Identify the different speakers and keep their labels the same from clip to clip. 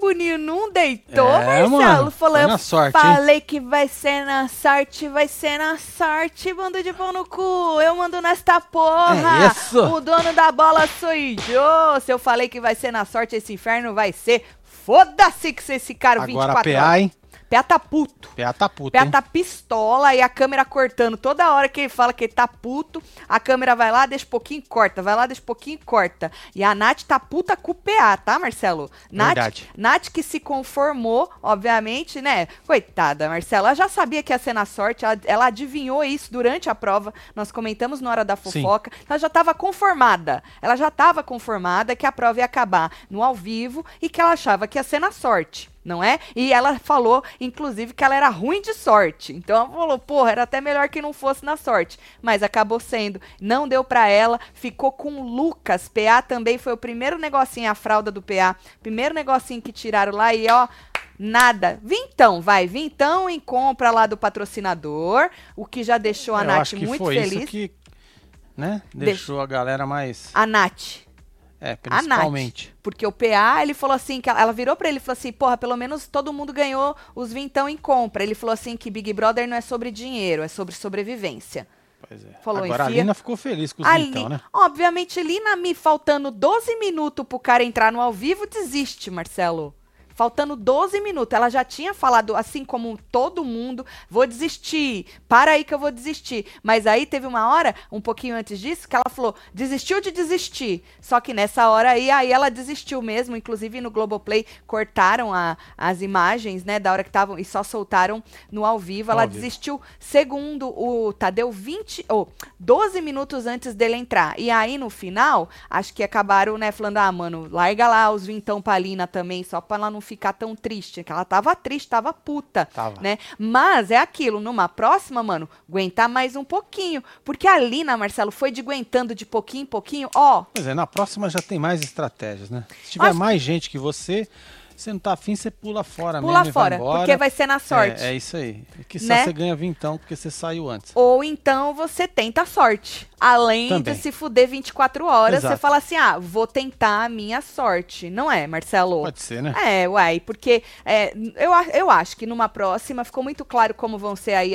Speaker 1: Ninho não deitou,
Speaker 2: Marcelo.
Speaker 1: Marcelo. Falou,
Speaker 2: na sorte,
Speaker 1: falei que vai ser na sorte, bando de pão no cu. Eu mando nesta porra.
Speaker 2: É isso.
Speaker 1: O dono da bola sou eu. Se eu falei que vai ser na sorte, esse inferno vai ser. Foda-se que esse cara 24
Speaker 2: Agora a PA, hein?
Speaker 1: PA tá puto.
Speaker 2: PA tá puto,
Speaker 1: PA
Speaker 2: hein?
Speaker 1: tá pistola e a câmera cortando. Toda hora que ele fala que ele tá puto, a câmera vai lá, deixa um pouquinho e corta. Vai lá, deixa um pouquinho e corta. E a Nath tá puta com o PA, tá, Marcelo?
Speaker 2: Verdade.
Speaker 1: Nath que se conformou, obviamente, né? Coitada, Marcelo. Ela já sabia que ia ser na sorte. Ela adivinhou isso durante a prova. Nós comentamos na hora da fofoca. Ela já tava conformada. Ela já tava conformada que a prova ia acabar no ao vivo e que ela achava que ia ser na sorte. Não é? E ela falou, inclusive, que ela era ruim de sorte. Então ela falou, porra, era até melhor que não fosse na sorte. Mas acabou sendo. Não deu pra ela, ficou com o Lucas. PA também foi o primeiro negocinho, a fralda do PA. Primeiro negocinho que tiraram lá e ó, nada. Vintão em compra lá do patrocinador. O que já deixou a Nath muito feliz.
Speaker 2: Isso que, né, deixou a galera mais...
Speaker 1: A Nath.
Speaker 2: Principalmente.
Speaker 1: Nath, porque o PA, ele falou assim, que ela virou pra ele e falou assim, porra, pelo menos todo mundo ganhou os vintão em compra. Ele falou assim que Big Brother não é sobre dinheiro, é sobre sobrevivência.
Speaker 2: Pois é.
Speaker 1: Falou,
Speaker 2: agora
Speaker 1: enfia.
Speaker 2: A Lina ficou feliz com os vintão, né?
Speaker 1: Obviamente, Lina, me faltando 12 minutos pro cara entrar no ao vivo, desiste, Marcelo. Faltando 12 minutos. Ela já tinha falado, assim como todo mundo, vou desistir. Para aí que eu vou desistir. Mas aí teve uma hora, um pouquinho antes disso, que ela falou, desistiu de desistir. Só que nessa hora aí ela desistiu mesmo. Inclusive no Globoplay cortaram as imagens, né, da hora que estavam e só soltaram no ao vivo. Ela desistiu segundo o Tadeu 12 minutos antes dele entrar. E aí no final, acho que acabaram, né, falando, mano, larga lá os vintão pra Lina também, só pra ela não ficar tão triste, que ela tava triste, tava puta, né? Mas é aquilo, numa próxima, mano, aguentar mais um pouquinho, porque a Lina, Marcelo, foi de aguentando de pouquinho em pouquinho, ó.
Speaker 2: Pois é, na próxima já tem mais estratégias, né? Se tiver mais gente que você não tá afim, você pula fora mesmo e vai embora.
Speaker 1: Porque vai ser na sorte.
Speaker 2: É isso aí. Que só
Speaker 1: né?
Speaker 2: você ganha vintão porque você saiu antes.
Speaker 1: Ou então você tenta a sorte. Além
Speaker 2: Também.
Speaker 1: de se fuder 24 horas,
Speaker 2: Exato.
Speaker 1: você fala assim, vou tentar a minha sorte. Não é, Marcelo?
Speaker 2: Pode ser, né?
Speaker 1: Porque eu acho que numa próxima ficou muito claro como vão ser aí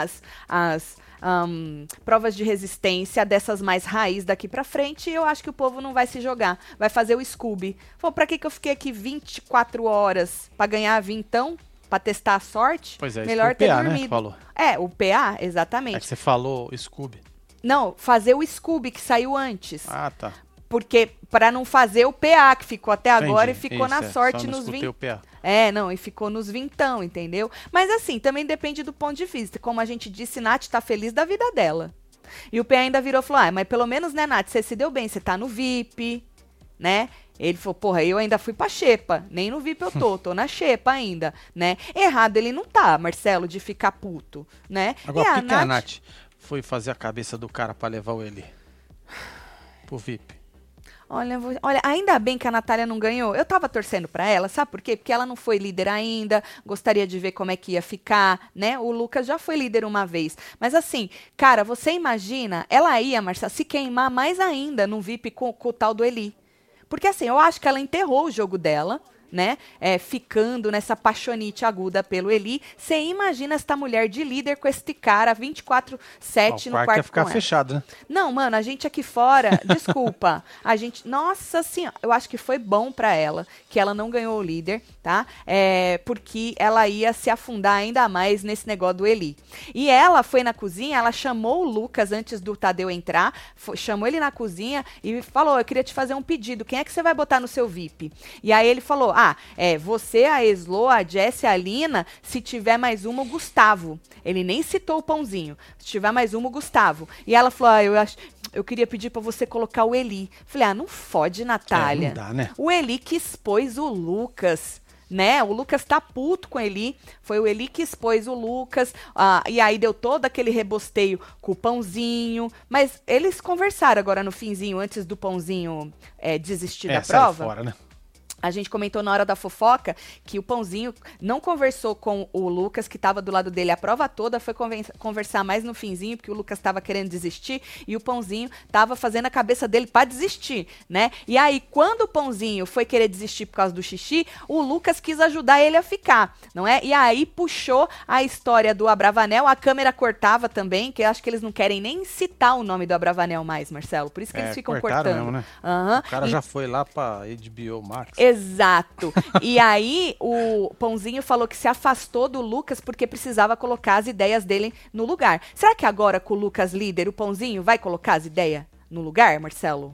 Speaker 1: as provas de resistência dessas mais raiz daqui pra frente, e eu acho que o povo não vai se jogar, vai fazer o Scooby. Falou, pra que eu fiquei aqui 24 horas pra ganhar vintão? Pra testar a sorte?
Speaker 2: Pois é,
Speaker 1: melhor
Speaker 2: isso
Speaker 1: ter
Speaker 2: foi o PA,
Speaker 1: dormido.
Speaker 2: né, que falou.
Speaker 1: O PA, exatamente.
Speaker 2: É que você falou Scooby.
Speaker 1: Não, fazer o Scooby que saiu antes.
Speaker 2: Ah, tá.
Speaker 1: Porque para não fazer o PA que ficou até agora.
Speaker 2: Entendi.
Speaker 1: E ficou na sorte
Speaker 2: só não
Speaker 1: nos 20.
Speaker 2: o PA.
Speaker 1: E ficou nos vintão, entendeu? Mas assim, também depende do ponto de vista. Como a gente disse, Nath tá feliz da vida dela. E o PA ainda virou e falou, mas pelo menos, né, Nath, você se deu bem, você tá no VIP, né? Ele falou, porra, eu ainda fui pra xepa, nem no VIP eu tô na xepa ainda, né? Errado ele não tá, Marcelo, de ficar puto, né?
Speaker 2: Agora, por que a Nath foi fazer a cabeça do cara pra levar o Eli pro VIP?
Speaker 1: Olha, ainda bem que a Natália não ganhou. Eu tava torcendo pra ela, sabe por quê? Porque ela não foi líder ainda, gostaria de ver como é que ia ficar, né? O Lucas já foi líder uma vez. Mas assim, cara, você imagina, ela ia, Marcelo, se queimar mais ainda no VIP com o tal do Eli. Porque assim, eu acho que ela enterrou o jogo dela, né? Ficando nessa paixonite aguda pelo Eli. Você imagina esta mulher de líder com este cara 24/7 no quarto
Speaker 2: ia ficar fechado, né?
Speaker 1: Não, mano, a gente aqui fora, desculpa, nossa senhora, eu acho que foi bom pra ela que ela não ganhou o líder, tá? Porque ela ia se afundar ainda mais nesse negócio do Eli. E ela foi na cozinha, ela chamou o Lucas antes do Tadeu entrar, chamou ele na cozinha e falou, eu queria te fazer um pedido, quem é que você vai botar no seu VIP? E aí ele falou, você, a Eslo, a Jess, a Lina, se tiver mais uma, o Gustavo. Ele nem citou o Pãozinho. Se tiver mais uma, o Gustavo. E ela falou, eu queria pedir pra você colocar o Eli. Falei, não fode, Natália.
Speaker 2: Não dá, né?
Speaker 1: O Eli que expôs o Lucas, né? O Lucas tá puto com o Eli. Foi o Eli que expôs o Lucas. E aí deu todo aquele rebosteio com o Pãozinho. Mas eles conversaram agora no finzinho, antes do Pãozinho desistir da prova.
Speaker 2: Fora, né?
Speaker 1: A gente comentou na hora da fofoca que o Pãozinho não conversou com o Lucas, que estava do lado dele a prova toda, foi conversar mais no finzinho, porque o Lucas estava querendo desistir, e o Pãozinho estava fazendo a cabeça dele para desistir, né? E aí, quando o Pãozinho foi querer desistir por causa do xixi, o Lucas quis ajudar ele a ficar, não é? E aí puxou a história do Abravanel, a câmera cortava também, que eu acho que eles não querem nem citar o nome do Abravanel mais, Marcelo, por isso que eles ficam cortando.
Speaker 2: Mesmo, né?
Speaker 1: Uhum.
Speaker 2: O cara já foi lá pra HBO Max.
Speaker 1: Exato. E aí, o Pãozinho falou que se afastou do Lucas porque precisava colocar as ideias dele no lugar. Será que agora, com o Lucas líder, o Pãozinho vai colocar as ideias no lugar, Marcelo?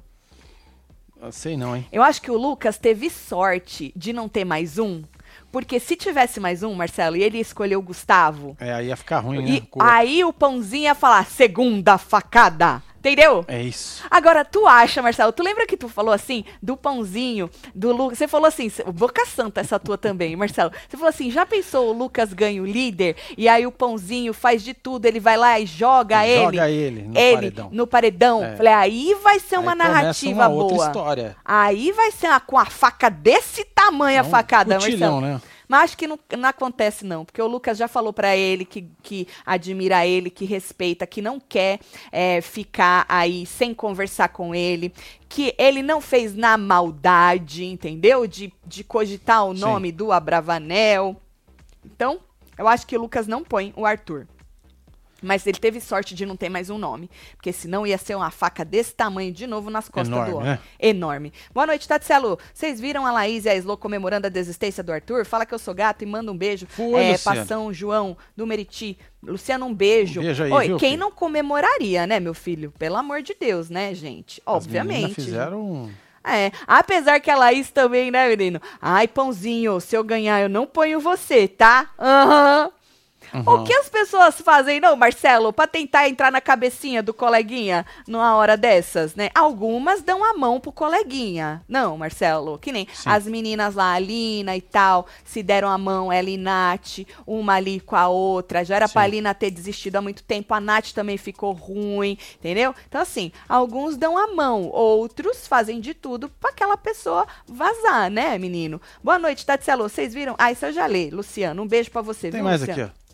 Speaker 2: Eu sei não, hein?
Speaker 1: Eu acho que o Lucas teve sorte de não ter mais um. Porque se tivesse mais um, Marcelo, e ele escolheu o Gustavo...
Speaker 2: aí ia ficar ruim,
Speaker 1: e
Speaker 2: né?
Speaker 1: aí o Pãozinho ia falar, segunda facada. Entendeu?
Speaker 2: É isso.
Speaker 1: Agora, tu acha, Marcelo, tu lembra que tu falou assim, do Pãozinho, do Lucas, você falou assim, boca santa essa tua também, Marcelo, você falou assim, já pensou o Lucas ganha o líder, e aí o Pãozinho faz de tudo, ele vai lá e joga ele no paredão.
Speaker 2: É.
Speaker 1: Falei, aí vai ser uma narrativa boa.
Speaker 2: Outra história.
Speaker 1: Aí vai ser com a faca desse tamanho, a facada,
Speaker 2: cutilhão,
Speaker 1: Marcelo.
Speaker 2: Né?
Speaker 1: Mas acho que não acontece, não. Porque o Lucas já falou pra ele que admira ele, que respeita, que não quer ficar aí sem conversar com ele. Que ele não fez na maldade, entendeu? De cogitar o nome do Abravanel. Então, eu acho que o Lucas não põe o Arthur. Mas ele teve sorte de não ter mais um nome. Porque senão ia ser uma faca desse tamanho de novo nas costas do homem. Né? Enorme. Boa noite, Tatselo. Vocês viram a Laís e a Slo comemorando a desistência do Arthur? Fala que eu sou gato e manda um beijo. Pra São João, do Meriti. Luciano, um beijo.
Speaker 2: Um beijo aí,
Speaker 1: oi,
Speaker 2: viu,
Speaker 1: quem
Speaker 2: filho?
Speaker 1: não comemoraria, né, meu filho? Pelo amor de Deus, né, gente? Obviamente.
Speaker 2: As fizeram...
Speaker 1: Apesar que a Laís também, né, menino? Ai, Pãozinho, se eu ganhar, eu não ponho você, tá? Aham. O que as pessoas fazem, não, Marcelo, pra tentar entrar na cabecinha do coleguinha numa hora dessas, né? Algumas dão a mão pro coleguinha. Não, Marcelo, que nem as meninas lá, a Lina e tal, se deram a mão, ela e Nath, uma ali com a outra. Já era pra Lina ter desistido há muito tempo, a Nath também ficou ruim, entendeu? Então, assim, alguns dão a mão, outros fazem de tudo pra aquela pessoa vazar, né, menino? Boa noite, Tatselo, vocês viram? Isso eu já li, Luciano, um beijo pra você,
Speaker 2: Tem
Speaker 1: viu,
Speaker 2: mais
Speaker 1: Luciano?
Speaker 2: aqui, ó.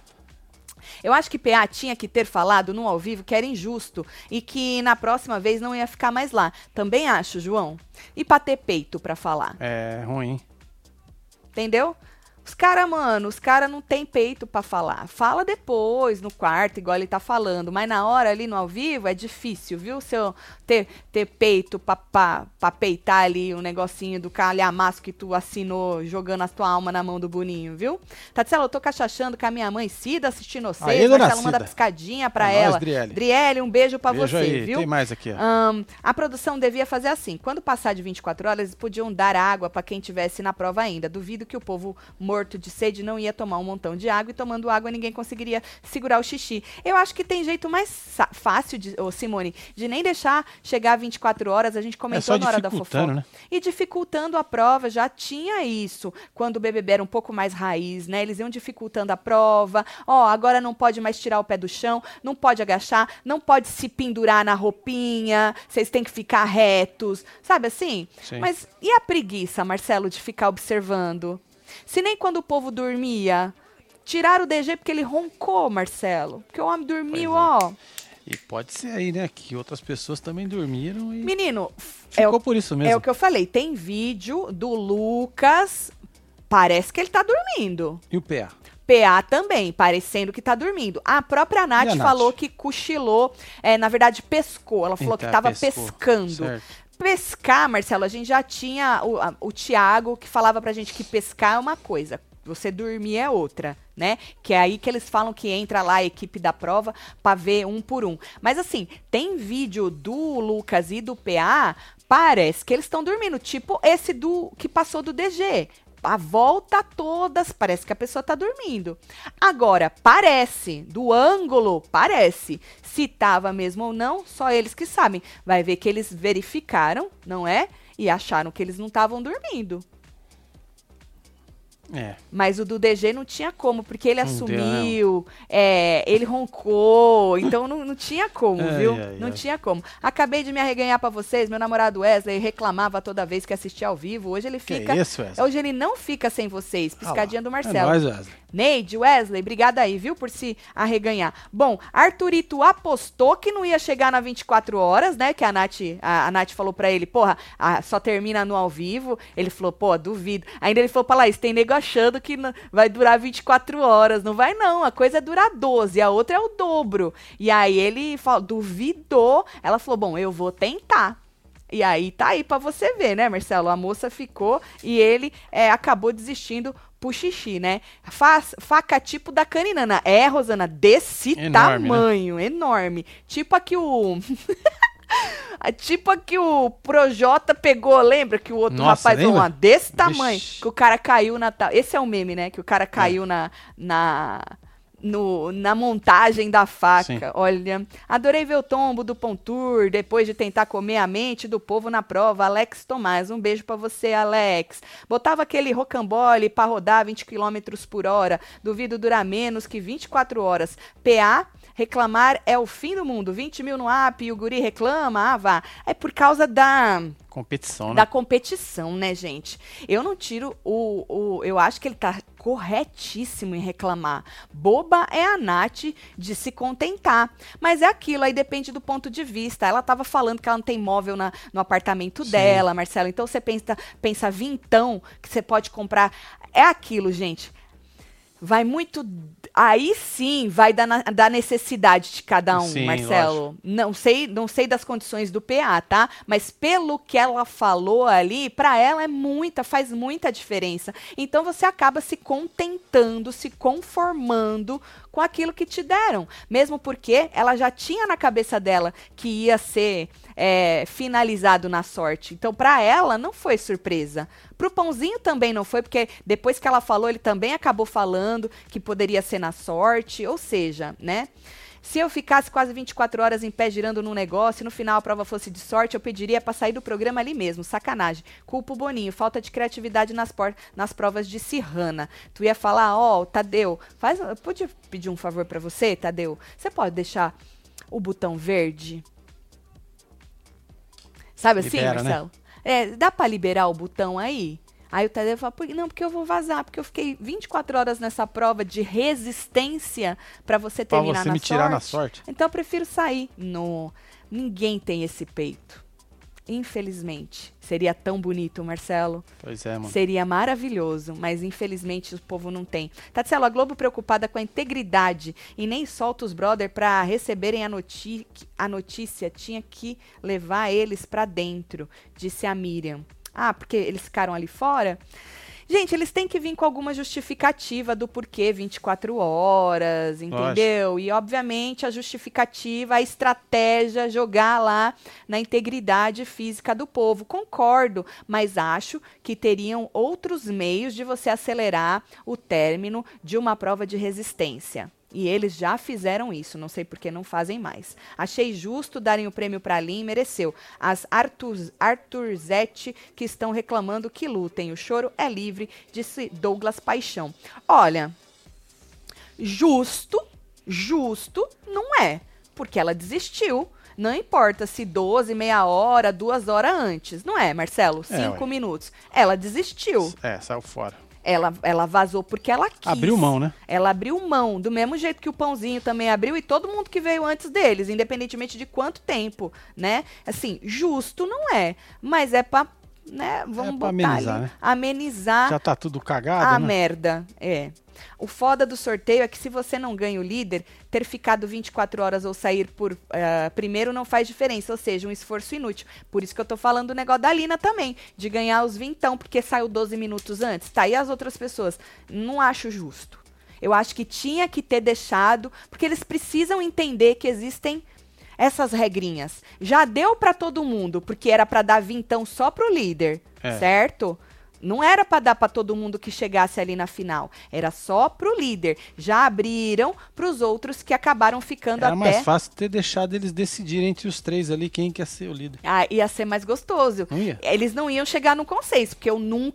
Speaker 1: Eu acho que PA tinha que ter falado no ao vivo que era injusto e que na próxima vez não ia ficar mais lá. Também acho, João. E pra ter peito pra falar.
Speaker 2: É ruim.
Speaker 1: Entendeu? Os caras não tem peito pra falar. Fala depois, no quarto, igual ele tá falando. Mas na hora, ali no ao vivo, é difícil, viu? Se eu ter peito pra peitar ali um negocinho do calhamaço que tu assinou jogando a tua alma na mão do Boninho, viu? Tatselo, eu tô cachachando com a minha mãe Cida assistindo vocês.
Speaker 2: Aí,
Speaker 1: Marcelo, manda piscadinha pra ela.
Speaker 2: Driele,
Speaker 1: um beijo pra você,
Speaker 2: aí.
Speaker 1: Viu?
Speaker 2: Tem mais aqui, ó.
Speaker 1: A produção devia fazer assim. Quando passar de 24 horas, eles podiam dar água pra quem tivesse na prova ainda. Duvido que o povo morto de sede não ia tomar um montão de água e tomando água ninguém conseguiria segurar o xixi. Eu acho que tem jeito mais fácil, Simone, de nem deixar chegar a 24 horas, a gente comentou na hora da fofoca.
Speaker 2: Né?
Speaker 1: E dificultando a prova, já tinha isso. Quando o BBB era um pouco mais raiz, né? Eles iam dificultando a prova. Agora não pode mais tirar o pé do chão, não pode agachar, não pode se pendurar na roupinha, vocês têm que ficar retos, sabe assim?
Speaker 2: Sim.
Speaker 1: Mas e a preguiça, Marcelo, de ficar observando? Se nem quando o povo dormia, tiraram o DG porque ele roncou, Marcelo. Porque o homem dormiu,
Speaker 2: E pode ser aí, né, que outras pessoas também dormiram e...
Speaker 1: Menino,
Speaker 2: ficou por isso mesmo.
Speaker 1: É o que eu falei, tem vídeo do Lucas, parece que ele tá dormindo.
Speaker 2: E o PA?
Speaker 1: PA também, parecendo que tá dormindo. A própria Nath falou que cochilou, na verdade pescou. Ela falou que tava pescando.
Speaker 2: Certo.
Speaker 1: Pescar, Marcelo, a gente já tinha o Thiago que falava pra gente que pescar é uma coisa, você dormir é outra, né? Que é aí que eles falam que entra lá a equipe da prova pra ver um por um. Mas assim, tem vídeo do Lucas e do PA, parece que eles estão dormindo, tipo esse do que passou do DG. A volta todas, parece que a pessoa tá dormindo. Agora, parece, do ângulo, parece. Se tava mesmo ou não, só eles que sabem. Vai ver que eles verificaram, não é? E acharam que eles não estavam dormindo. Mas o do DG não tinha como, porque ele assumiu, ele roncou, então não tinha como, viu? Não tinha como. Acabei de me arreganhar pra vocês, meu namorado Wesley reclamava toda vez que assistia ao vivo, hoje ele fica...
Speaker 2: Que isso, Wesley?
Speaker 1: Hoje ele não fica sem vocês, piscadinha do Marcelo.
Speaker 2: É nóis, Wesley.
Speaker 1: Neide, Wesley, obrigada aí, viu, por se arreganhar. Bom, Arthurito apostou que não ia chegar na 24 horas, né, que a Nath falou pra ele, porra, só termina no ao vivo. Ele falou, pô, duvido. Ainda ele falou pra Laís, tem nego achando que vai durar 24 horas. Não vai não, a coisa é durar 12, a outra é o dobro. E aí ele falou, duvidou. Ela falou, bom, eu vou tentar. E aí tá aí pra você ver, né, Marcelo? A moça ficou e ele acabou desistindo pro xixi, né? Faca tipo da caninana. Rosana, desse enorme, tamanho, né? Enorme. Tipo aqui o... Tipo aqui o Projota pegou, lembra que o outro rapaz falou uma desse tamanho, que o cara caiu na... Esse é o meme, né? Que o cara caiu na montagem da faca. Sim. Olha, adorei ver o tombo do Pontour, depois de tentar comer a mente do povo na prova. Alex Tomás, um beijo pra você, Alex. Botava aquele rocambole pra rodar 20 km por hora. Duvido durar menos que 24 horas. PA, reclamar é o fim do mundo. 20 mil no app e o guri reclama. Vá. É por causa da...
Speaker 2: competição, né?
Speaker 1: Da competição, né, gente? Eu não tiro eu acho que ele tá corretíssimo em reclamar. Boba é a Nath de se contentar. Mas é aquilo, aí depende do ponto de vista. Ela tava falando que ela não tem móvel no apartamento dela, Marcelo. Então você pensa vintão que você pode comprar. É aquilo, gente. Vai muito... Aí sim vai da necessidade de cada um, sim, Marcelo. Não sei das condições do PA, tá? Mas pelo que ela falou ali, pra ela faz muita diferença. Então você acaba se contentando, se conformando com aquilo que te deram. Mesmo porque ela já tinha na cabeça dela que ia ser finalizado na sorte. Então pra ela não foi surpresa. Pro Pãozinho também não foi, porque depois que ela falou, ele também acabou falando que poderia ser na sorte, ou seja, né? Se eu ficasse quase 24 horas em pé girando num negócio e no final a prova fosse de sorte, eu pediria pra sair do programa ali mesmo. Sacanagem. Culpa o Boninho. Falta de criatividade nas provas de Serrana. Tu ia falar, Tadeu, pode pedir um favor pra você, Tadeu? Você pode deixar o botão verde? Sabe assim, libera, Marcelo? Né? Dá pra liberar o botão aí? Aí o Tadeu fala, não, porque eu vou vazar, porque eu fiquei 24 horas nessa prova de resistência pra você terminar
Speaker 2: pra você me tirar na sorte.
Speaker 1: Então eu prefiro sair. Ninguém tem esse peito. Infelizmente. Seria tão bonito, Marcelo.
Speaker 2: Pois é, mano.
Speaker 1: Seria maravilhoso, mas infelizmente o povo não tem. Tatselo, a Globo preocupada com a integridade e nem solta os brother pra receberem a notícia. Tinha que levar eles pra dentro, disse a Miriam. Porque eles ficaram ali fora? Gente, eles têm que vir com alguma justificativa do porquê 24 horas, entendeu? Lógico. E, obviamente, a justificativa, a estratégia, jogar lá na integridade física do povo. Concordo, mas acho que teriam outros meios de você acelerar o término de uma prova de resistência. E eles já fizeram isso, não sei por que não fazem mais. Achei justo darem o prêmio para a Lin, mereceu. As Arthurzete que estão reclamando que lutem. O choro é livre, disse Douglas Paixão. Olha, justo não é, porque ela desistiu. Não importa se 12, meia hora, 2 horas antes. Não é, Marcelo? 5 minutos. Ela desistiu.
Speaker 2: Saiu fora.
Speaker 1: Ela vazou porque ela quis.
Speaker 2: Abriu mão, né?
Speaker 1: Ela abriu mão, do mesmo jeito que o Pãozinho também abriu e todo mundo que veio antes deles, independentemente de quanto tempo, né? Assim, justo não é, mas é pra, né, vamos botar amenizar, ali, né? Amenizar.
Speaker 2: Já tá tudo cagado, né?
Speaker 1: Merda, O foda do sorteio é que se você não ganha o líder, ter ficado 24 horas ou sair por primeiro não faz diferença, ou seja, um esforço inútil. Por isso que eu tô falando do negócio da Lina também, de ganhar os vintão, porque saiu 12 minutos antes. Tá, e as outras pessoas? Não acho justo. Eu acho que tinha que ter deixado, porque eles precisam entender que existem essas regrinhas. Já deu pra todo mundo, porque era pra dar vintão só pro líder, certo? Não era para dar para todo mundo que chegasse ali na final. Era só pro líder. Já abriram para os outros que acabaram ficando até...
Speaker 2: Era mais fácil ter deixado eles decidirem entre os 3 ali quem quer ser o líder.
Speaker 1: Ia ser mais gostoso.
Speaker 2: Não ia.
Speaker 1: Eles não iam chegar no consenso, porque eu nunca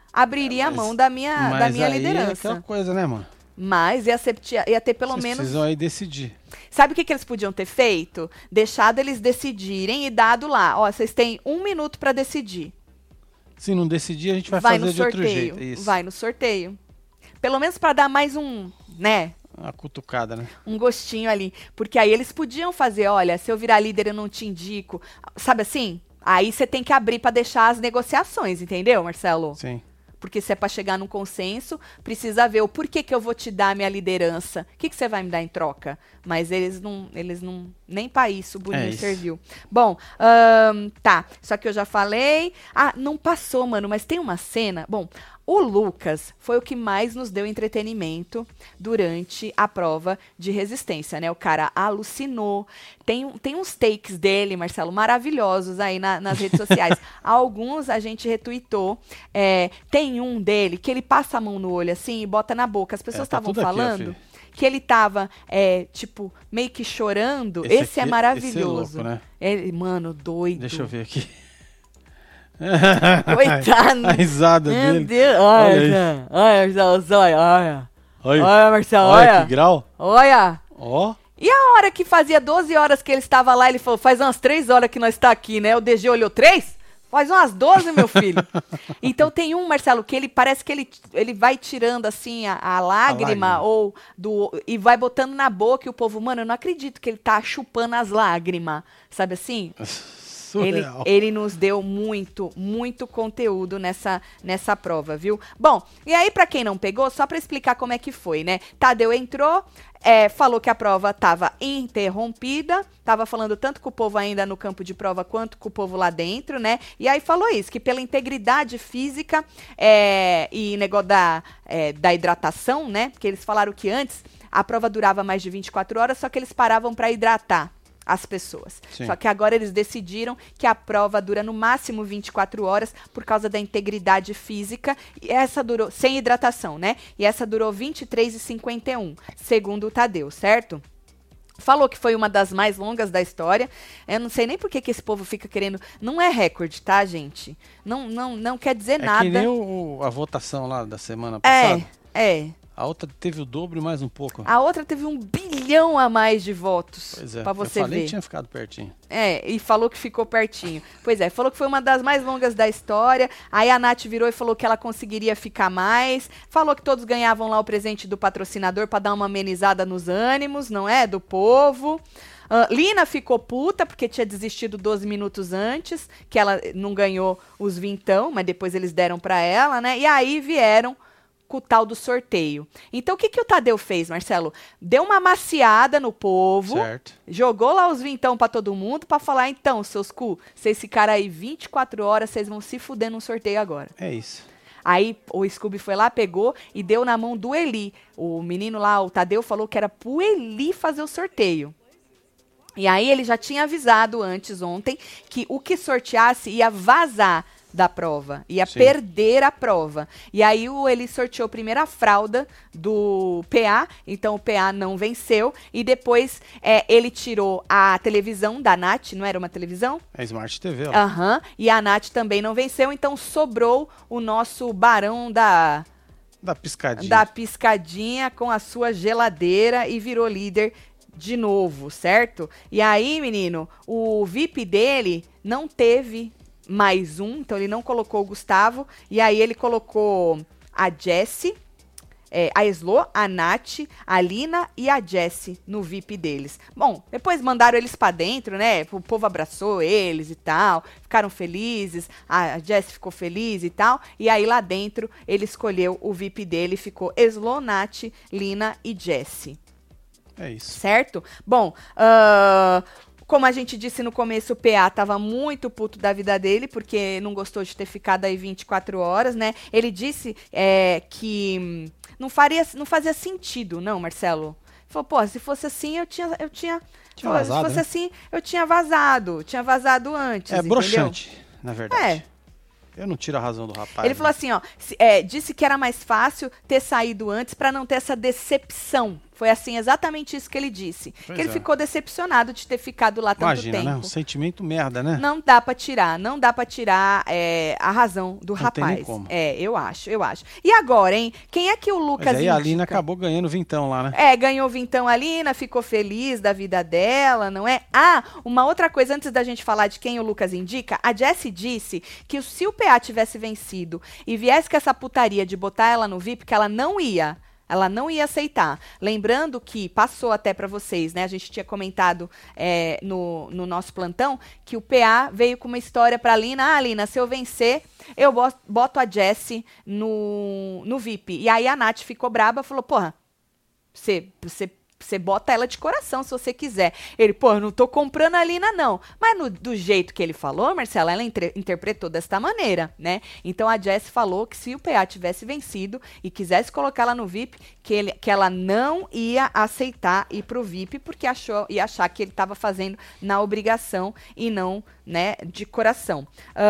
Speaker 1: abriria a mão da minha liderança.
Speaker 2: É aquela coisa, né, mano?
Speaker 1: Mas ia ter pelo menos...
Speaker 2: Vocês precisam aí decidir.
Speaker 1: Sabe o que eles podiam ter feito? Deixado eles decidirem e dado lá. Ó, vocês têm 1 minuto para decidir.
Speaker 2: Se não decidir, a gente vai fazer de outro jeito. Isso.
Speaker 1: Vai no sorteio. Pelo menos para dar mais um, né?
Speaker 2: Uma cutucada, né?
Speaker 1: Um gostinho ali. Porque aí eles podiam fazer, olha, se eu virar líder eu não te indico. Sabe assim? Aí você tem que abrir para deixar as negociações, entendeu, Marcelo?
Speaker 2: Sim.
Speaker 1: Porque se é para chegar num consenso, precisa ver o porquê que eu vou te dar minha liderança. O que você vai me dar em troca? Mas eles não nem para isso o Boninho serviu. Bom, tá. Só que eu já falei. Ah, não passou, mano, mas tem uma cena. Bom, o Lucas foi o que mais nos deu entretenimento durante a prova de resistência, né? O cara alucinou. Tem uns takes dele, Marcelo, maravilhosos aí nas redes sociais. Alguns a gente retweetou. Tem um dele que ele passa a mão no olho assim e bota na boca. As pessoas estavam falando que ele tava, tipo, meio que chorando. Esse é maravilhoso.
Speaker 2: Esse é louco, né?
Speaker 1: Mano, doido.
Speaker 2: Deixa eu ver aqui.
Speaker 1: Coitado.
Speaker 2: A risada dele.
Speaker 1: Meu Deus. Olha, Marcelo, olha. Olha, Marcelo,
Speaker 2: olha. Que grau.
Speaker 1: Olha.
Speaker 2: Ó.
Speaker 1: E a hora que fazia 12 horas que ele estava lá, ele falou, faz umas 3 horas que nós está aqui, né? O DG olhou 3? Faz umas 12, meu filho. Então tem um, Marcelo, que ele parece que ele vai tirando assim a lágrima e vai botando na boca e o povo, mano, eu não acredito que ele tá chupando as lágrimas, sabe assim? Ele nos deu muito, muito conteúdo nessa prova, viu? Bom, e aí pra quem não pegou, só pra explicar como é que foi, né? Tadeu entrou, falou que a prova tava interrompida, tava falando tanto com o povo ainda no campo de prova quanto com o povo lá dentro, né? E aí falou isso, que pela integridade física e negócio da hidratação, né? Porque eles falaram que antes a prova durava mais de 24 horas, só que eles paravam pra hidratar as pessoas. Sim. Só que agora eles decidiram que a prova dura no máximo 24 horas por causa da integridade física, e essa durou, sem hidratação, né? E essa durou 23h51, segundo o Tadeu, certo? Falou que foi uma das mais longas da história. Eu não sei nem por que esse povo fica querendo... Não é recorde, tá, gente? Não quer dizer nada.
Speaker 2: É que nem a votação lá da semana passada.
Speaker 1: A
Speaker 2: outra teve o dobro e mais um pouco.
Speaker 1: A outra teve 1 bilhão a mais de votos.
Speaker 2: Pois é,
Speaker 1: pra você
Speaker 2: eu falei
Speaker 1: ver.
Speaker 2: Que tinha ficado pertinho.
Speaker 1: E falou que ficou pertinho. Pois é, falou que foi uma das mais longas da história. Aí a Nath virou e falou que ela conseguiria ficar mais. Falou que todos ganhavam lá o presente do patrocinador pra dar uma amenizada nos ânimos, não é? Do povo. Lina ficou puta porque tinha desistido 12 minutos antes, que ela não ganhou os vintão, mas depois eles deram pra ela, né? E aí vieram com o tal do sorteio. Então, o que o Tadeu fez, Marcelo? Deu uma maciada no povo, certo. Jogou lá os vintão pra todo mundo pra falar, então, seus cu, vocês ficaram aí 24 horas, vocês vão se fuder num sorteio agora.
Speaker 2: É isso.
Speaker 1: Aí o Scooby foi lá, pegou e deu na mão do Eli. O menino lá, o Tadeu, falou que era pro Eli fazer o sorteio. E aí ele já tinha avisado antes, ontem, que o que sorteasse ia vazar da prova, ia perder a prova. E aí ele sorteou primeiro a fralda do PA, então o PA não venceu, e depois ele tirou a televisão da Nath, não era uma televisão?
Speaker 2: É Smart TV, ó.
Speaker 1: E a Nath também não venceu, então sobrou o nosso barão da piscadinha com a sua geladeira e virou líder de novo, certo? E aí, menino, o VIP dele não teve mais um, então ele não colocou o Gustavo, e aí ele colocou a Jessie, a Slo, a Nath, a Lina e a Jessie no VIP deles. Bom, depois mandaram eles pra dentro, né? O povo abraçou eles e tal, ficaram felizes, a Jessie ficou feliz e tal, e aí lá dentro ele escolheu o VIP dele, ficou Slo, Nath, Lina e Jessie.
Speaker 2: É isso.
Speaker 1: Certo? Bom, como a gente disse no começo, o PA tava muito puto da vida dele, porque não gostou de ter ficado aí 24 horas, né? Ele disse que não fazia sentido, não, Marcelo? Ele falou, pô, se fosse assim, eu tinha
Speaker 2: vazado,
Speaker 1: se fosse
Speaker 2: né?
Speaker 1: assim, eu tinha vazado antes, entendeu?
Speaker 2: Broxante, na verdade. Eu não tiro a razão do rapaz.
Speaker 1: Ele falou assim, ó, disse que era mais fácil ter saído antes pra não ter essa decepção. Foi assim, exatamente isso que ele disse.
Speaker 2: Pois
Speaker 1: que ele
Speaker 2: é.
Speaker 1: ficou decepcionado de ter ficado lá tanto
Speaker 2: Imagina,
Speaker 1: tempo.
Speaker 2: né? Um sentimento merda, né?
Speaker 1: Não dá pra tirar a razão do
Speaker 2: Não tem nem
Speaker 1: rapaz.
Speaker 2: como.
Speaker 1: Eu acho. E agora, hein? Quem é que o Lucas
Speaker 2: Mas aí a
Speaker 1: indica?
Speaker 2: Alina acabou ganhando vintão lá, né?
Speaker 1: Ganhou vintão a Alina, ficou feliz da vida dela, não é? Ah, uma outra coisa, antes da gente falar de quem o Lucas indica, a Jessie disse que se o PA tivesse vencido e viesse com essa putaria de botar ela no VIP, que ela não ia aceitar. Lembrando que passou até para vocês, né? A gente tinha comentado no nosso plantão que o PA veio com uma história para a Alina. Ah, Alina, se eu vencer, eu boto a Jessie no VIP. E aí a Nath ficou braba, falou, porra, você bota ela de coração se você quiser. Ele, pô, eu não tô comprando a Alina, não. Mas do jeito que ele falou, Marcela, ela interpretou desta maneira, né? Então a Jessie falou que se o PA tivesse vencido e quisesse colocar ela no VIP, que ela não ia aceitar ir pro VIP, porque ia achar que ele tava fazendo na obrigação e não, né, de coração.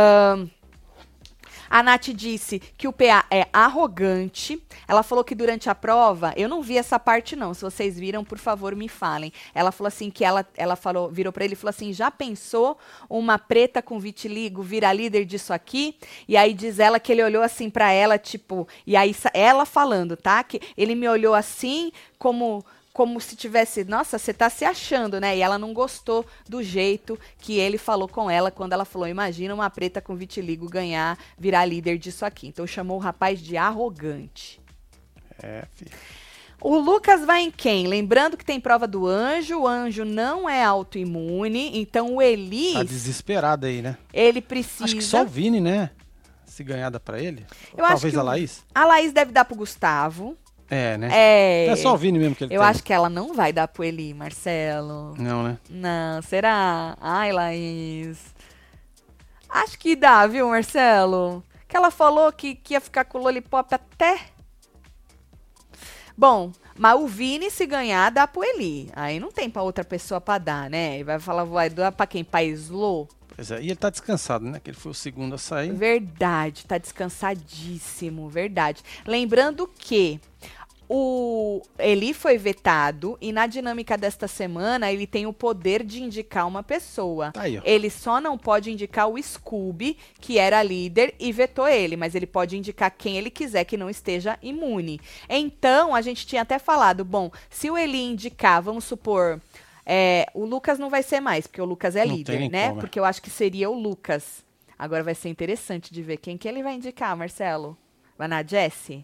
Speaker 1: A Nath disse que o PA é arrogante. Ela falou que durante a prova, eu não vi essa parte não, se vocês viram, por favor, me falem. Ela falou assim que ela virou pra ele e falou assim, já pensou uma preta com vitiligo virar líder disso aqui? E aí diz ela que ele olhou assim pra ela, tipo, e aí ela falando, tá? Que ele me olhou assim, como se tivesse, nossa, você tá se achando, né? E ela não gostou do jeito que ele falou com ela quando ela falou, imagina uma preta com vitiligo virar líder disso aqui. Então chamou o rapaz de arrogante.
Speaker 2: Filho.
Speaker 1: O Lucas vai em quem? Lembrando que tem prova do Anjo, o Anjo não é autoimune, então o Elis...
Speaker 2: Tá desesperado aí, né?
Speaker 1: Ele precisa...
Speaker 2: Acho que só o Vini, né? Se ganhar dá pra ele.
Speaker 1: Eu acho
Speaker 2: Talvez
Speaker 1: que
Speaker 2: a Laís.
Speaker 1: A Laís deve dar pro Gustavo.
Speaker 2: Né?
Speaker 1: É.
Speaker 2: É só o Vini mesmo que ele tem.
Speaker 1: Eu acho que ela não vai dar pro Eli, Marcelo.
Speaker 2: Não, né?
Speaker 1: Não, será? Ai, Laís. Acho que dá, viu, Marcelo? Que ela falou que ia ficar com o Lollipop até... Bom, mas o Vini, se ganhar, dá pro Eli. Aí não tem pra outra pessoa pra dar, né? E vai falar, vai dar pra quem? Pra Slo?
Speaker 2: Pois é, e ele tá descansado, né? Que ele foi o segundo a sair.
Speaker 1: Verdade, tá descansadíssimo, verdade. Lembrando que o Eli foi vetado e na dinâmica desta semana ele tem o poder de indicar uma pessoa.
Speaker 2: Tá aí, ó.
Speaker 1: Ele só não pode indicar o Scooby, que era líder, e vetou ele, mas ele pode indicar quem ele quiser que não esteja imune. Então, a gente tinha até falado, bom, se o Eli indicar, vamos supor, o Lucas não vai ser mais, porque o Lucas é
Speaker 2: Não
Speaker 1: líder,
Speaker 2: tem nem
Speaker 1: né?
Speaker 2: como.
Speaker 1: Porque eu acho que seria o Lucas. Agora vai ser interessante de ver quem que ele vai indicar, Marcelo. Vai na Jessie?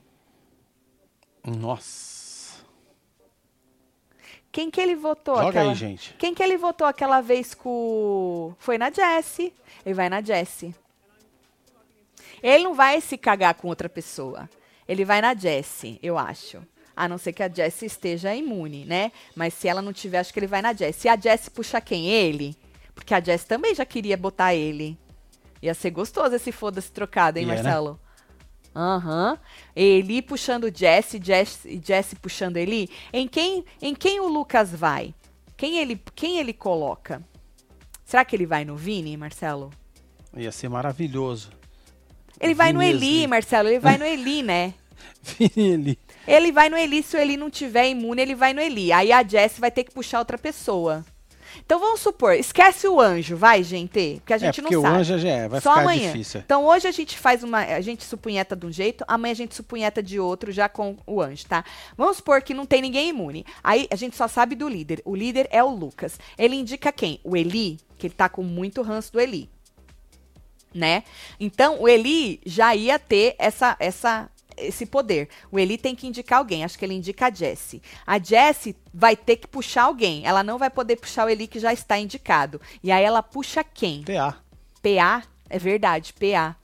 Speaker 2: Nossa.
Speaker 1: Quem que ele votou?
Speaker 2: Joga aí, gente.
Speaker 1: Quem que ele votou aquela vez com... Foi na Jessie. Ele vai na Jessie. Ele não vai se cagar com outra pessoa. Ele vai na Jessie, eu acho. A não ser que a Jessie esteja imune, né? Mas se ela não tiver, acho que ele vai na Jessie. E a Jessie puxa quem? Ele? Porque a Jessie também já queria botar ele. Ia ser gostoso esse foda-se trocado, hein, Marcelo? Né? Aham. Eli puxando Jessie puxando Eli. Em quem o Lucas vai? Quem ele coloca? Será que ele vai no Vini, Marcelo?
Speaker 2: Ia ser maravilhoso.
Speaker 1: Ele vai no Eli, Marcelo. Ele vai no Eli, né?
Speaker 2: Vini Eli.
Speaker 1: Ele vai no Eli. Se o Eli não tiver imune, ele vai no Eli. Aí a Jessie vai ter que puxar outra pessoa. Então vamos supor, esquece o Anjo, vai, gente? Porque a gente não sabe.
Speaker 2: Porque o Anjo já vai
Speaker 1: só
Speaker 2: ficar
Speaker 1: amanhã.
Speaker 2: difícil.
Speaker 1: Então hoje a gente supunheta de um jeito, amanhã a gente supunheta de outro, já com o Anjo, tá? Vamos supor que não tem ninguém imune. Aí a gente só sabe do líder. O líder é o Lucas. Ele indica quem? O Eli, que ele tá com muito ranço do Eli. Né? Então o Eli já ia ter esse poder. O Eli tem que indicar alguém. Acho que ele indica a Jessie. A Jessie vai ter que puxar alguém. Ela não vai poder puxar o Eli que já está indicado. E aí ela puxa quem?
Speaker 2: PA.
Speaker 1: PA? É verdade, PA.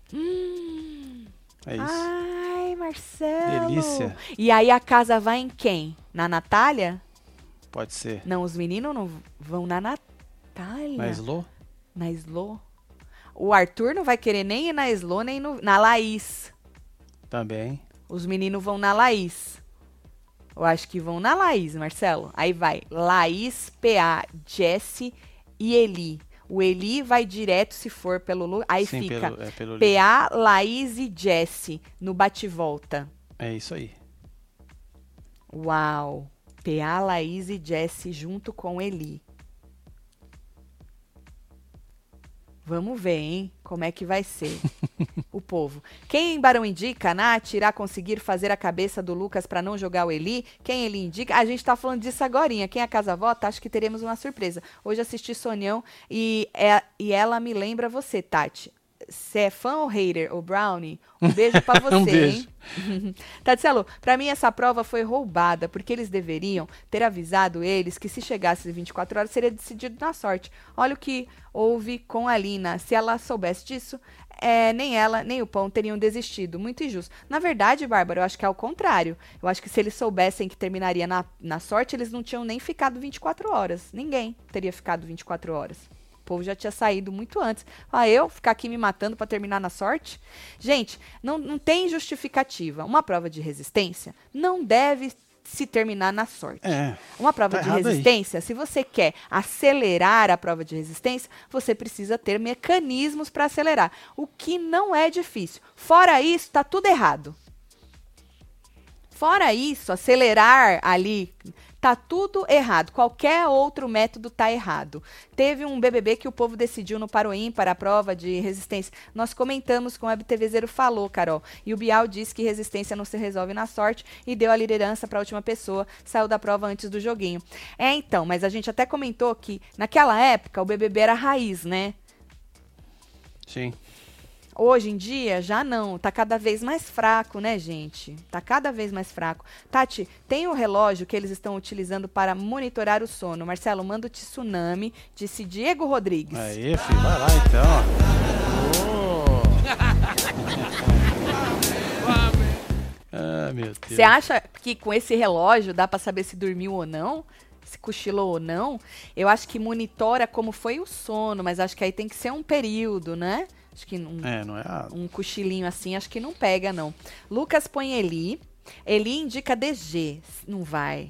Speaker 2: É isso.
Speaker 1: Ai, Marcelo.
Speaker 2: Delícia.
Speaker 1: E aí a casa vai em quem? Na Natália?
Speaker 2: Pode ser.
Speaker 1: Não, os meninos não vão na Natália.
Speaker 2: Na Slo?
Speaker 1: Na Slo. O Arthur não vai querer nem ir na Slo, nem na Laís.
Speaker 2: Também.
Speaker 1: Os meninos vão na Laís. Eu acho que vão na Laís, Marcelo. Aí vai Laís, PA, Jessie e Eli. O Eli vai direto se for pelo Lu. Aí
Speaker 2: sim,
Speaker 1: fica
Speaker 2: pelo
Speaker 1: PA, Laís e Jessie no bate-volta.
Speaker 2: É isso aí.
Speaker 1: Uau. PA, Laís e Jessie junto com Eli. Vamos ver, hein? Como é que vai ser o povo. Quem Barão indica? A Nath irá conseguir fazer a cabeça do Lucas para não jogar o Eli? Quem ele indica? A gente tá falando disso agorinha. Quem a casa vota? Acho que teremos uma surpresa. Hoje assisti Sonhão e ela me lembra você, Tati. Você é fã ou hater, o Brownie? Um beijo pra você,
Speaker 2: Um beijo.
Speaker 1: hein? Tatselo, pra mim essa prova foi roubada, porque eles deveriam ter avisado eles que se chegasse às 24 horas seria decidido na sorte. Olha o que houve com a Lina. Se ela soubesse disso, nem ela, nem o Pão teriam desistido. Muito injusto. Na verdade, Bárbara, eu acho que é o contrário. Eu acho que se eles soubessem que terminaria na sorte, eles não tinham nem ficado 24 horas. Ninguém teria ficado 24 horas. O povo já tinha saído muito antes. Eu ficar aqui me matando para terminar na sorte? Gente, não tem justificativa. Uma prova de resistência não deve se terminar na sorte. Uma prova de resistência, se você quer acelerar a prova de resistência, você precisa ter mecanismos para acelerar. O que não é difícil. Fora isso, tá tudo errado. Fora isso, acelerar ali, tá tudo errado. Qualquer outro método tá errado. Teve um BBB que o povo decidiu no Par ou Ímpar a prova de resistência. Nós comentamos com o WebTV Zero falou, Carol. E o Bial disse que resistência não se resolve na sorte e deu a liderança para a última pessoa. Saiu da prova antes do joguinho. Então, mas a gente até comentou que naquela época o BBB era raiz, né?
Speaker 2: Sim.
Speaker 1: Hoje em dia, já não. Tá cada vez mais fraco, né, gente? Tá cada vez mais fraco. Tati, tem o relógio que eles estão utilizando para monitorar o sono. Marcelo, manda o tsunami, disse Diego Rodrigues.
Speaker 2: Aí, filho, vai lá então. Meu Deus.
Speaker 1: Você acha que com esse relógio dá para saber se dormiu ou não? Se cochilou ou não? Eu acho que monitora como foi o sono, mas acho que aí tem que ser um período, né? Acho que um cochilinho assim, acho que não pega, não. Lucas põe Eli. Eli indica DG. Não vai.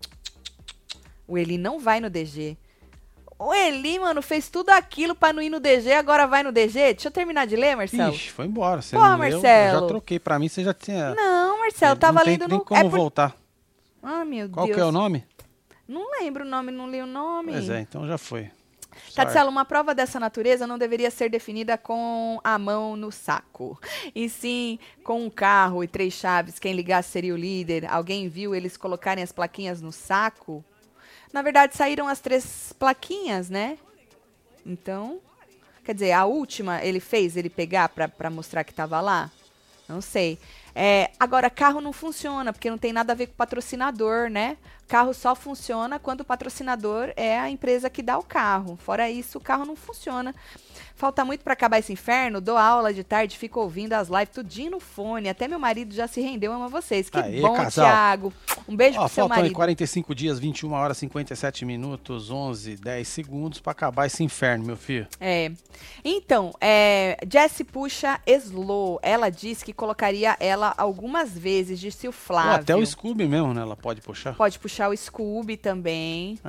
Speaker 1: O Eli não vai no DG. O Eli, mano, fez tudo aquilo pra não ir no DG, agora vai no DG? Deixa eu terminar de ler, Marcelo.
Speaker 2: Ixi, foi embora. Você
Speaker 1: Porra,
Speaker 2: não leu,
Speaker 1: Marcelo.
Speaker 2: eu já troquei. Pra mim, você já tinha...
Speaker 1: Não, Marcelo, tava lendo
Speaker 2: no...
Speaker 1: no...
Speaker 2: Não tem como voltar.
Speaker 1: Ah, meu
Speaker 2: Qual
Speaker 1: Deus.
Speaker 2: que é o nome?
Speaker 1: Não lembro o nome, não li o nome.
Speaker 2: Pois é, então já foi.
Speaker 1: Tatselo, uma prova dessa natureza não deveria ser definida com a mão no saco. E sim, com um carro e 3 chaves, quem ligasse seria o líder. Alguém viu eles colocarem as plaquinhas no saco? Na verdade, saíram as 3 plaquinhas, né? Então, quer dizer, a última ele pegar pra mostrar que tava lá? Não sei. Agora, carro não funciona, porque não tem nada a ver com o patrocinador, né? Carro só funciona quando o patrocinador é a empresa que dá o carro. Fora isso, o carro não funciona. Falta muito para acabar esse inferno. Dou aula de tarde, fico ouvindo as lives tudinho no fone. Até meu marido já se rendeu, ama vocês. Que
Speaker 2: Aê,
Speaker 1: bom,
Speaker 2: casal.
Speaker 1: Thiago. Um beijo pro seu marido.
Speaker 2: Faltam 45 dias, 21 horas, 57 minutos, 11, 10 segundos para acabar esse inferno, meu filho.
Speaker 1: Então, Jessie puxa Slow. Ela disse que colocaria ela algumas vezes, disse o Flávio.
Speaker 2: Até o Scooby mesmo, né? Ela pode puxar.
Speaker 1: Pode puxar o Scooby também.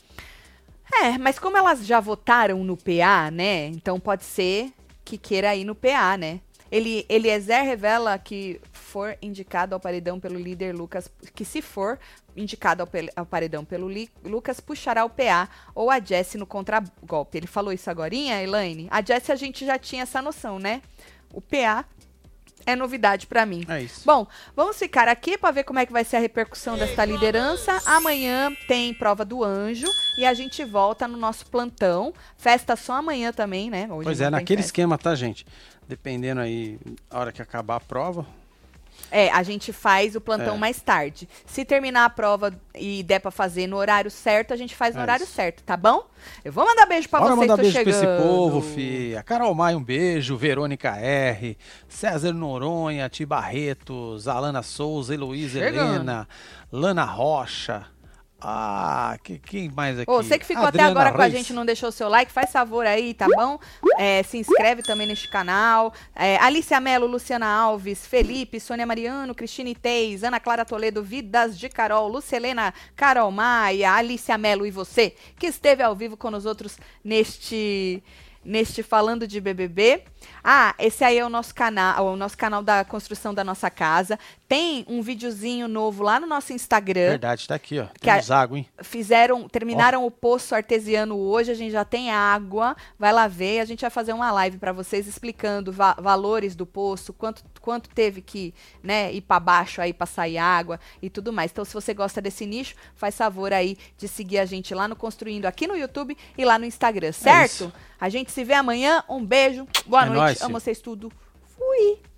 Speaker 1: Mas como elas já votaram no PA, né? Então pode ser que queira ir no PA, né? Eliezer revela que for indicado ao paredão pelo líder Lucas, que se for indicado ao paredão pelo Lucas, puxará o PA ou a Jessie no contragolpe. Ele falou isso agorinha, Elaine? A Jessie a gente já tinha essa noção, né? O PA é novidade pra mim.
Speaker 2: É isso.
Speaker 1: Bom, vamos ficar aqui pra ver como é que vai ser a repercussão desta liderança. Amanhã tem prova do anjo e a gente volta no nosso plantão. Festa só amanhã também, né? Hoje
Speaker 2: pois naquele esquema, tá, gente? Dependendo aí, a hora que acabar a prova.
Speaker 1: A gente faz o plantão mais tarde. Se terminar a prova e der pra fazer no horário certo, a gente faz no horário certo, tá bom? Eu vou mandar beijo pra vocês,
Speaker 2: mandar
Speaker 1: tô
Speaker 2: beijo
Speaker 1: chegando.
Speaker 2: pra esse povo, fi. A Carol Maia, um beijo. Verônica R. César Noronha, Ti Barretos, Alana Souza, Heloísa Helena, Lana Rocha. Quem mais aqui?
Speaker 1: Você que ficou
Speaker 2: Adriana
Speaker 1: até agora com a
Speaker 2: Reis.
Speaker 1: gente, não deixou o seu like, faz favor aí, tá bom? Se inscreve também neste canal. Alicia Mello, Luciana Alves, Felipe, Sônia Mariano, Cristine Teis, Ana Clara Toledo, Vidas de Carol, Lucelena, Carol Maia, Alicia Mello e você, que esteve ao vivo com nós outros neste Falando de BBB. Ah, esse aí é o nosso canal da construção da nossa casa. Tem um videozinho novo lá no nosso Instagram.
Speaker 2: Verdade, tá aqui, ó. Temos água, hein?
Speaker 1: Terminaram o poço artesiano hoje, a gente já tem água. Vai lá ver, a gente vai fazer uma live para vocês explicando valores do poço, quanto teve que, né, ir para baixo aí para sair água e tudo mais. Então, se você gosta desse nicho, faz favor aí de seguir a gente lá no Construindo aqui no YouTube e lá no Instagram, certo? A gente se vê amanhã. Um beijo, boa noite,
Speaker 2: nóis,
Speaker 1: amo vocês tudo. Fui!